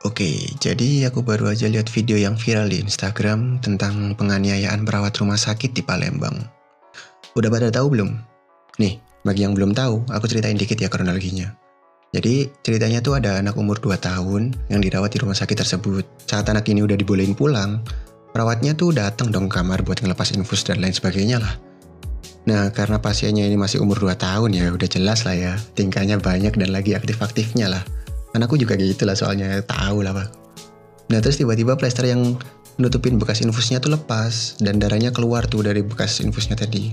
Oke, jadi aku baru aja lihat video yang viral di Instagram tentang penganiayaan perawat rumah sakit di Palembang. Udah pada tahu belum? Nih, bagi yang belum tahu, aku ceritain dikit ya kronologinya. Jadi, ceritanya tuh ada anak umur 2 tahun yang dirawat di rumah sakit tersebut. Saat anak ini udah dibolehin pulang, perawatnya tuh datang dong ke kamar buat ngelepas infus dan lain sebagainya lah. Nah, karena pasiennya ini masih umur 2 tahun ya, udah jelas lah ya, tingkahnya banyak dan lagi aktif-aktifnya lah. Anakku juga gitu lah soalnya, tahu lah Pak. Nah terus tiba-tiba plester yang nutupin bekas infusnya tuh lepas dan darahnya keluar tuh dari bekas infusnya tadi.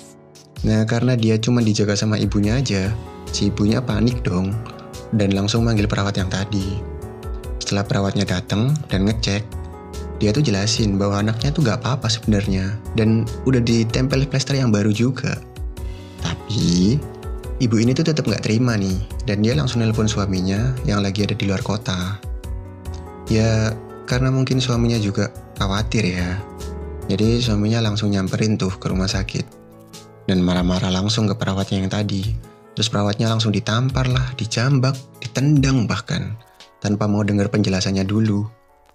Nah karena dia cuma dijaga sama ibunya aja, si ibunya panik dong dan langsung manggil perawat yang tadi. Setelah perawatnya datang dan ngecek, dia tuh jelasin bahwa anaknya tuh gak apa-apa sebenarnya dan udah ditempel plester yang baru juga. Tapi ibu ini tuh tetap gak terima nih, dan dia langsung nelpon suaminya yang lagi ada di luar kota. Ya, karena mungkin suaminya juga khawatir ya. Jadi suaminya langsung nyamperin tuh ke rumah sakit. Dan marah-marah langsung ke perawatnya yang tadi. Terus perawatnya langsung ditampar lah, dicambak, ditendang bahkan. Tanpa mau dengar penjelasannya dulu.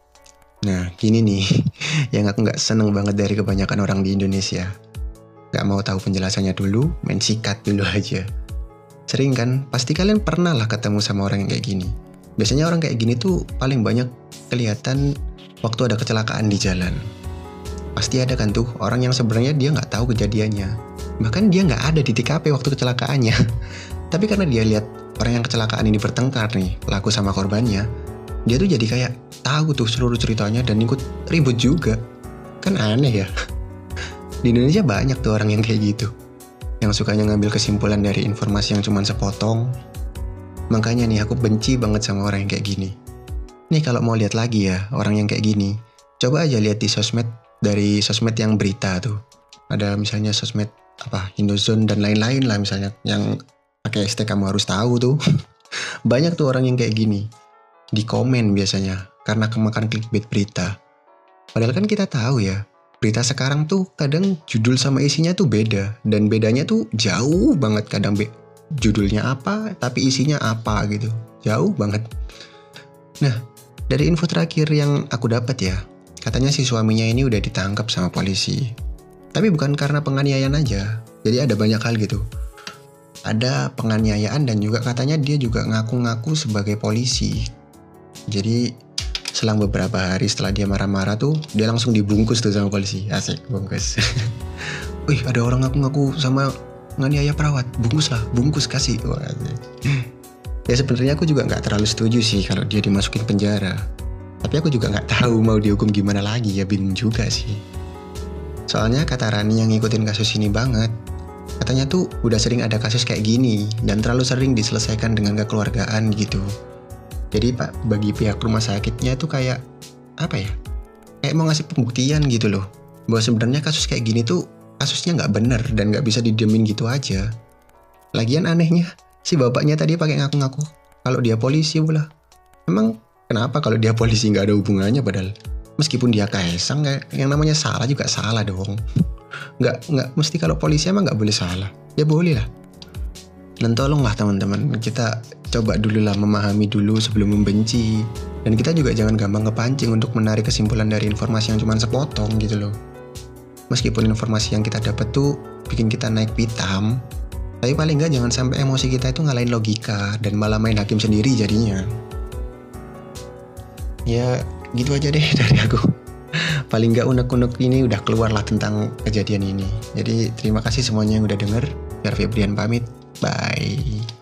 Nah, gini nih, yang aku gak seneng banget dari kebanyakan orang di Indonesia. Gak mau tahu penjelasannya dulu, main sikat dulu aja. Sering kan, pasti kalian pernah lah ketemu sama orang yang kayak gini. Biasanya orang kayak gini tuh paling banyak kelihatan waktu ada kecelakaan di jalan. Pasti ada kan tuh orang yang sebenarnya dia nggak tahu kejadiannya. Bahkan dia nggak ada di TKP waktu kecelakaannya. Tapi karena dia lihat orang yang kecelakaan ini bertengkar nih, pelaku sama korbannya, dia tuh jadi kayak tahu tuh seluruh ceritanya dan ikut ribut juga. Kan aneh ya. Di Indonesia banyak tuh orang yang kayak gitu, yang sukanya ngambil kesimpulan dari informasi yang cuma sepotong. Makanya nih aku benci banget sama orang yang kayak gini. Nih kalau mau lihat lagi ya orang yang kayak gini, coba aja lihat di sosmed, dari sosmed yang berita tuh. Ada misalnya sosmed Indozone dan lain-lain lah misalnya, yang pakai hashtag kamu harus tahu tuh. Banyak tuh orang yang kayak gini. Di komen biasanya karena kemakan clickbait berita. Padahal kan kita tahu ya, berita sekarang tuh kadang judul sama isinya tuh beda. Dan bedanya tuh jauh banget. Kadang judulnya apa tapi isinya apa gitu. Jauh banget. Nah dari info terakhir yang aku dapat ya, katanya si suaminya ini udah ditangkap sama polisi. Tapi bukan karena penganiayaan aja. Jadi ada banyak hal gitu. Ada penganiayaan dan juga katanya dia juga ngaku-ngaku sebagai polisi. Jadi selang beberapa hari setelah dia marah-marah tuh, dia langsung dibungkus tuh sama polisi. Asik, bungkus. Wih, ada orang ngaku-ngaku sama nganiaya perawat. Bungkus kasih. Wah, ya sebenarnya aku juga nggak terlalu setuju sih kalau dia dimasukin penjara. Tapi aku juga nggak tahu mau dihukum gimana lagi, ya bingung juga sih. Soalnya kata Rani yang ngikutin kasus ini banget, katanya tuh udah sering ada kasus kayak gini dan terlalu sering diselesaikan dengan kekeluargaan gitu. Jadi bagi pihak rumah sakitnya tuh kayak kayak mau ngasih pembuktian gitu loh, bahwa sebenarnya kasus kayak gini tuh kasusnya nggak bener dan nggak bisa didiemin gitu aja. Lagian anehnya si bapaknya tadi pakai ngaku-ngaku kalau dia polisi pula. Emang kenapa kalau dia polisi nggak ada hubungannya, padahal meskipun dia kaisang, yang namanya salah juga salah dong. Nggak mesti kalau polisi emang nggak boleh salah. Ya boleh lah. Dan tolonglah teman-teman, kita coba dulu lah memahami dulu sebelum membenci. Dan kita juga jangan gampang kepancing untuk menarik kesimpulan dari informasi yang cuma sepotong gitu loh. Meskipun informasi yang kita dapat tuh bikin kita naik pitam, tapi paling nggak jangan sampai emosi kita itu ngalahin logika dan malah main hakim sendiri jadinya. Ya gitu aja deh dari aku. Paling nggak unek-unek ini udah keluar lah tentang kejadian ini. Jadi terima kasih semuanya yang udah denger. Biar Febrian pamit. Bye.